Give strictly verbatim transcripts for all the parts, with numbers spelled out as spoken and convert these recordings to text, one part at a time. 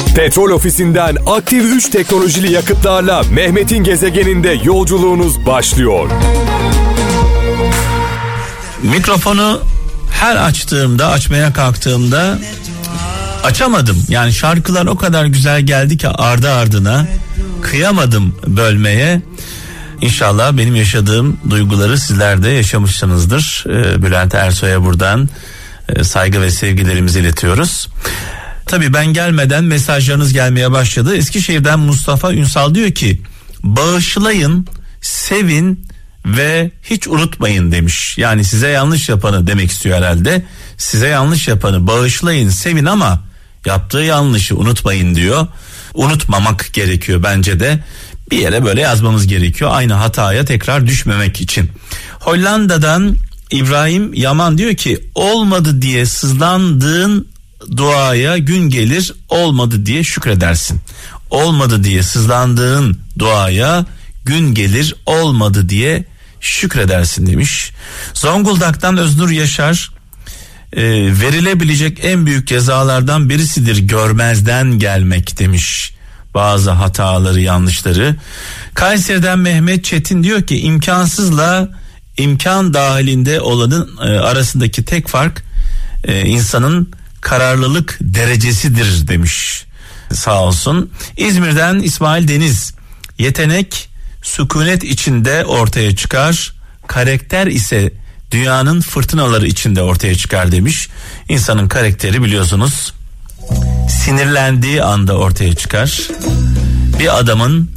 Petrol Ofisi'nden aktif üç teknolojili yakıtlarla Mehmet'in gezegeninde yolculuğunuz başlıyor. Mikrofonu her açtığımda, açmaya kalktığımda açamadım. Yani şarkılar o kadar güzel geldi ki ardı ardına kıyamadım bölmeye. İnşallah benim yaşadığım duyguları sizler de yaşamışsınızdır. Ee, Bülent Ersoy'a buradan e, saygı ve sevgilerimizi iletiyoruz. Tabii ben gelmeden mesajlarınız gelmeye başladı. Eskişehir'den Mustafa Ünsal diyor ki bağışlayın, sevin ve hiç unutmayın demiş. Yani size yanlış yapanı demek istiyor herhalde. Size yanlış yapanı bağışlayın, sevin ama yaptığı yanlışı unutmayın diyor. Unutmamak gerekiyor bence de. Bir yere böyle yazmamız gerekiyor. Aynı hataya tekrar düşmemek için. Hollanda'dan İbrahim Yaman diyor ki olmadı diye sızlandığın duaya gün gelir, olmadı diye şükredersin. Olmadı diye sızlandığın duaya gün gelir, olmadı diye şükredersin demiş. Zonguldak'tan Öznur Yaşar e, verilebilecek en büyük cezalardan birisidir görmezden gelmek demiş. Bazı hataları, yanlışları. Kayseri'den Mehmet Çetin diyor ki imkansızla imkan dahilinde olanın e, arasındaki tek fark e, insanın kararlılık derecesidir demiş. Sağ olsun. İzmir'den İsmail Deniz yetenek sükunet içinde ortaya çıkar, karakter ise dünyanın fırtınaları içinde ortaya çıkar demiş. İnsanın karakteri biliyorsunuz sinirlendiği anda ortaya çıkar. Bir adamın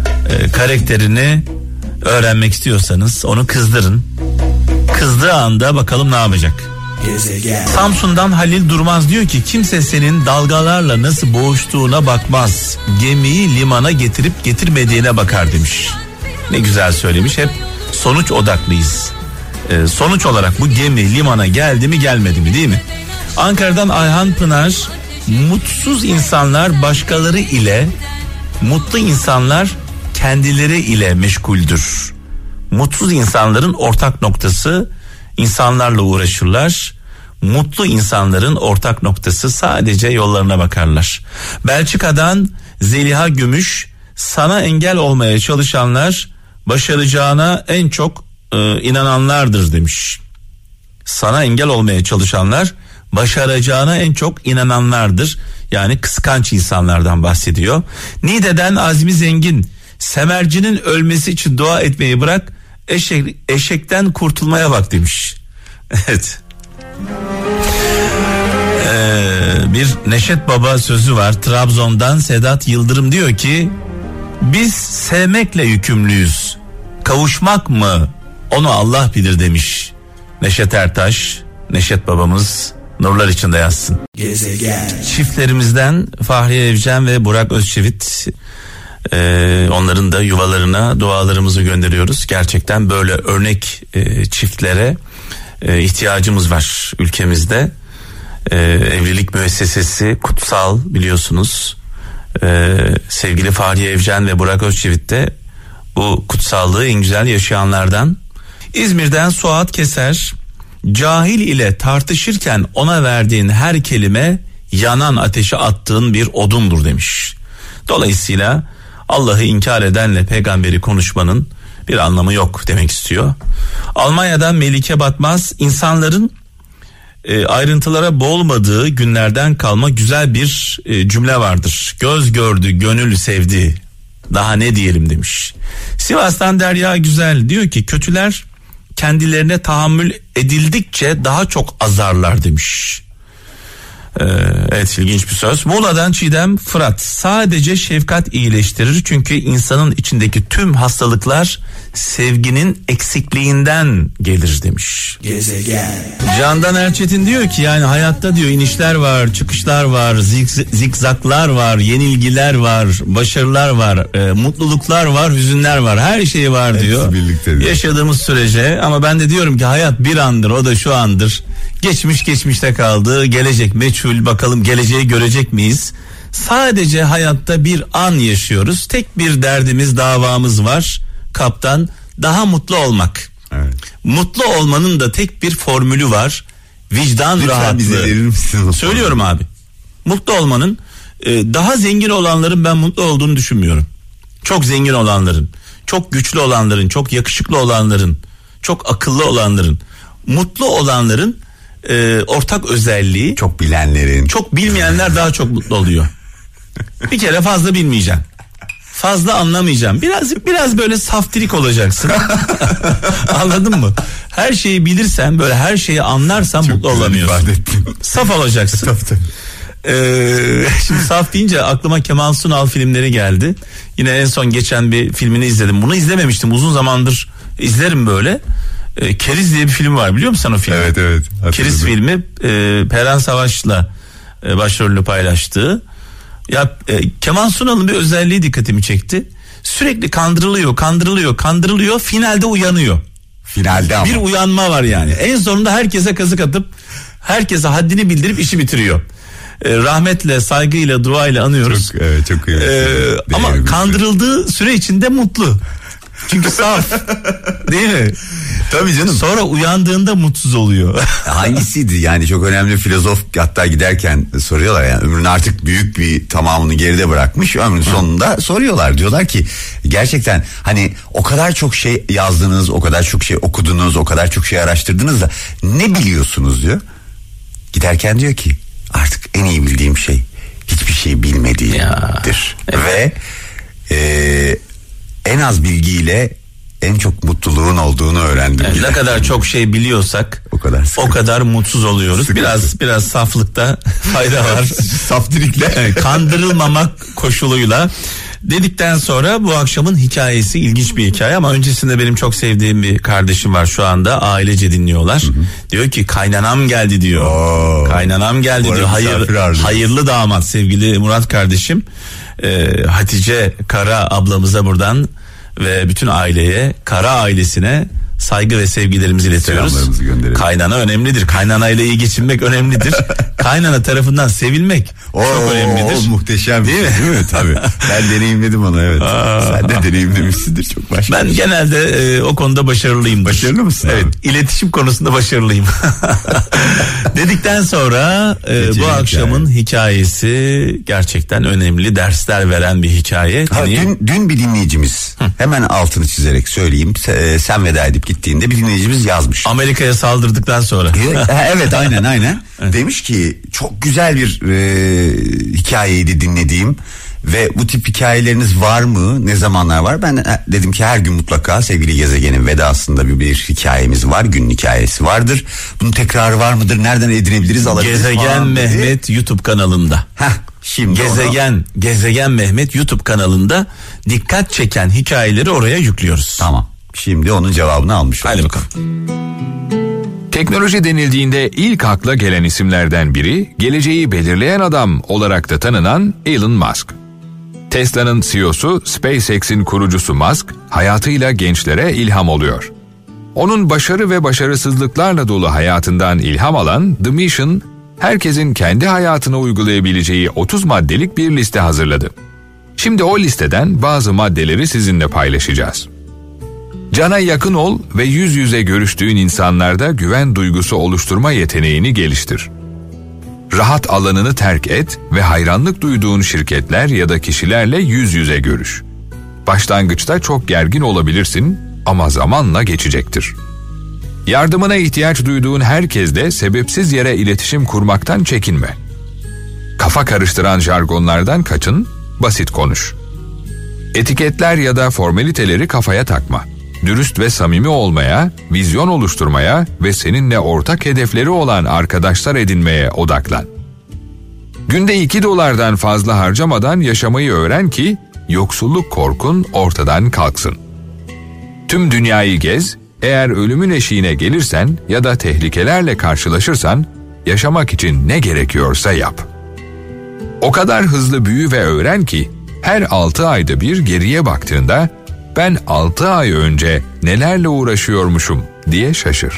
e, karakterini öğrenmek istiyorsanız onu kızdırın. Kızdığı anda bakalım ne yapacak. Gezegen. Samsun'dan Halil Durmaz diyor ki kimse senin dalgalarla nasıl boğuştuğuna bakmaz. Gemiyi limana getirip getirmediğine bakar demiş. Ne güzel söylemiş. Hep sonuç odaklıyız. Ee, sonuç olarak bu gemi limana geldi mi gelmedi mi değil mi? Ankara'dan Ayhan Pınar mutsuz insanlar başkaları ile, mutlu insanlar kendileri ile meşguldür. Mutsuz insanların ortak noktası insanlarla uğraşırlar. Mutlu insanların ortak noktası sadece yollarına bakarlar. Belçika'dan Zeliha Gümüş sana engel olmaya çalışanlar başaracağına en çok e, inananlardır demiş. Sana engel olmaya çalışanlar başaracağına en çok inananlardır. Yani kıskanç insanlardan bahsediyor. Niğde'den Azmi Zengin semercinin ölmesi için dua etmeyi bırak, eşek, eşekten kurtulmaya bak demiş. Evet. Ee, bir Neşet Baba sözü var. Trabzon'dan Sedat Yıldırım diyor ki biz sevmekle yükümlüyüz. Kavuşmak mı onu Allah bilir demiş. Neşet Ertaş, Neşet babamız nurlar içinde yatsın. Gezegen. Çiftlerimizden Fahriye Evcen ve Burak Özçivit, Ee, onların da yuvalarına dualarımızı gönderiyoruz. Gerçekten böyle örnek e, çiftlere e, ihtiyacımız var ülkemizde. E, evlilik müessesesi kutsal biliyorsunuz. E, sevgili Fahriye Evcen ve Burak Özçivit de bu kutsallığı en güzel yaşayanlardan. İzmir'den Suat Keser, cahil ile tartışırken ona verdiğin her kelime yanan ateşe attığın bir odundur demiş. Dolayısıyla Allah'ı inkar edenle peygamberi konuşmanın bir anlamı yok demek istiyor. Almanya'dan Melike Batmaz insanların e, ayrıntılara boğulmadığı günlerden kalma güzel bir e, cümle vardır. Göz gördü, gönül sevdi. Daha ne diyelim demiş. Sivas'tan Derya Güzel diyor ki kötüler kendilerine tahammül edildikçe daha çok azarlar demiş. Ee, evet, ilginç bir söz. Muğla'dan Çiğdem Fırat sadece şefkat iyileştirir çünkü insanın içindeki tüm hastalıklar sevginin eksikliğinden gelir demiş. Gezegen. Candan Erçetin diyor ki yani hayatta diyor inişler var, çıkışlar var, zik- zikzaklar var, yenilgiler var, başarılar var, e, mutluluklar var, hüzünler var, her şey var hepsi diyor. Diyor yaşadığımız sürece. Ama ben de diyorum ki hayat bir andır, o da şu andır. Geçmiş geçmişte kaldı, gelecek meçhul, bakalım geleceği görecek miyiz? Sadece hayatta bir an yaşıyoruz. Tek bir derdimiz, davamız var. Kaptan, daha mutlu olmak. Evet. Mutlu olmanın da tek bir formülü var. Vicdan lütfen rahatlığı. Bize verir misin? Söylüyorum abi. Mutlu olmanın Ee, daha zengin olanların ben mutlu olduğunu düşünmüyorum. Çok zengin olanların, çok güçlü olanların, çok yakışıklı olanların, çok akıllı olanların, mutlu olanların e, ortak özelliği. Çok bilenlerin. Çok bilmeyenler daha çok mutlu oluyor. Bir kere fazla bilmeyeceğim. Fazla anlamayacağım. Biraz biraz böyle saftirik olacaksın. Anladın mı? Her şeyi bilirsen, böyle her şeyi anlarsan çok mutlu olamıyorsun. Saf olacaksın. Tabii, tabii. Ee, şimdi saf deyince aklıma Kemal Sunal filmleri geldi. Yine en son geçen bir filmini izledim. Bunu izlememiştim. Uzun zamandır izlerim böyle. Ee, Keriz diye bir film var, biliyor musun o filmi? Evet evet. Keriz filmi e, Perihan Savaş'la e, başrolünü paylaştığı. Ya e, Kemal Sunal'ın bir özelliği dikkatimi çekti. Sürekli kandırılıyor, kandırılıyor, kandırılıyor. Finalde uyanıyor. Finalde ama. Bir uyanma var yani. En sonunda herkese kazık atıp herkese haddini bildirip işi bitiriyor. E, rahmetle, saygıyla, duayla anıyoruz. Çok, evet, çok iyi. E, ama kandırıldığı süre içinde mutlu. Çünkü saf. Değil mi? Tabii canım. Sonra uyandığında mutsuz oluyor. Hangisiydi yani, çok önemli filozof, hatta giderken soruyorlar yani, ömrünün artık büyük bir tamamını geride bırakmış, ömrün sonunda soruyorlar, diyorlar ki gerçekten hani o kadar çok şey yazdınız, o kadar çok şey okudunuz, o kadar çok şey araştırdınız da ne biliyorsunuz diyor. Giderken diyor ki artık en iyi bildiğim şey hiçbir şey bilmediğimdir. Evet. Ve e, en az bilgiyle en çok mutluluğun olduğunu öğrendim. Yani ne kadar çok şey biliyorsak o kadar sıkıntı. O kadar mutsuz oluyoruz. Sıkıntı. Biraz biraz saflıkta fayda var. Saftirikle. Yani kandırılmamak koşuluyla dedikten sonra bu akşamın hikayesi ilginç bir hikaye, ama öncesinde benim çok sevdiğim bir kardeşim var, şu anda ailece dinliyorlar. Hı hı. Diyor ki kaynanam geldi diyor. Oo. Kaynanam geldi diyor. Hayır, hayırlı damat sevgili Murat kardeşim. Ee, Hatice Kara ablamıza buradan ve bütün aileye, Kara ailesine saygı ve sevgilerimizi iletiyoruz. Kaynana önemlidir. Kaynana ile iyi geçinmek önemlidir. Kaynana tarafından sevilmek Oo, çok önemlidir. O muhteşem değil mi? Değil mi? Tabii. Ben deneyimledim onu, evet. Aa. Sen de deneyimlemişsindir, çok başka. Ben genelde e, o konuda başarılıyım. Başarılı mısın? Evet. Abi? İletişim konusunda başarılıyım. Dedikten sonra e, bu akşamın hikaye. hikayesi gerçekten önemli, dersler veren bir hikaye. Ha, dün, dün bir dinleyicimiz, Hı. hemen altını çizerek söyleyeyim, sen veda edip gittiğinde bir dinleyicimiz yazmış. Amerika'ya saldırdıktan sonra. Evet, aynen aynen. Evet. Demiş ki çok güzel bir e, hikayeydi dinlediğim ve bu tip hikayeleriniz var mı? Ne zamanlar var? Ben dedim ki her gün mutlaka sevgili Gezegen'in vedasında bir, bir hikayemiz var. Günün hikayesi vardır. Bunun tekrarı var mıdır? Nereden edinebiliriz? Gezegen Mehmet diye. YouTube kanalında. Heh, şimdi Gezegen onu... Gezegen Mehmet YouTube kanalında dikkat çeken hikayeleri oraya yüklüyoruz. Tamam. Şimdi onun cevabını almış olduk. Hadi bakalım. Teknoloji denildiğinde ilk akla gelen isimlerden biri, geleceği belirleyen adam olarak da tanınan Elon Musk. Tesla'nın C E O'su, SpaceX'in kurucusu Musk, hayatıyla gençlere ilham oluyor. Onun başarı ve başarısızlıklarla dolu hayatından ilham alan The Mission, herkesin kendi hayatına uygulayabileceği otuz maddelik bir liste hazırladı. Şimdi o listeden bazı maddeleri sizinle paylaşacağız. Cana yakın ol ve yüz yüze görüştüğün insanlarda güven duygusu oluşturma yeteneğini geliştir. Rahat alanını terk et ve hayranlık duyduğun şirketler ya da kişilerle yüz yüze görüş. Başlangıçta çok gergin olabilirsin ama zamanla geçecektir. Yardımına ihtiyaç duyduğun herkesle sebepsiz yere iletişim kurmaktan çekinme. Kafa karıştıran jargonlardan kaçın, basit konuş. Etiketler ya da formaliteleri kafaya takma. Dürüst ve samimi olmaya, vizyon oluşturmaya ve seninle ortak hedefleri olan arkadaşlar edinmeye odaklan. Günde iki dolardan fazla harcamadan yaşamayı öğren ki yoksulluk korkun ortadan kalksın. Tüm dünyayı gez, eğer ölümün eşiğine gelirsen ya da tehlikelerle karşılaşırsan yaşamak için ne gerekiyorsa yap. O kadar hızlı büyü ve öğren ki her altı ayda bir geriye baktığında ben altı ay önce nelerle uğraşıyormuşum diye şaşır.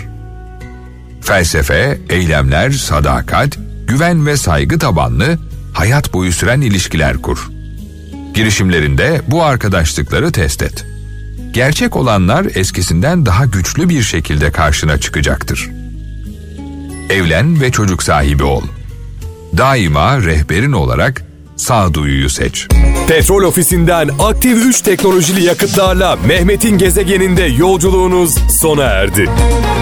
Felsefe, eylemler, sadakat, güven ve saygı tabanlı, hayat boyu süren ilişkiler kur. Girişimlerinde bu arkadaşlıkları test et. Gerçek olanlar eskisinden daha güçlü bir şekilde karşına çıkacaktır. Evlen ve çocuk sahibi ol. Daima rehberin olarak sağduyuyu seç. Petrol Ofisi'nden Aktiv üç teknolojili yakıtlarla Mehmet'in gezegeninde yolculuğunuz sona erdi.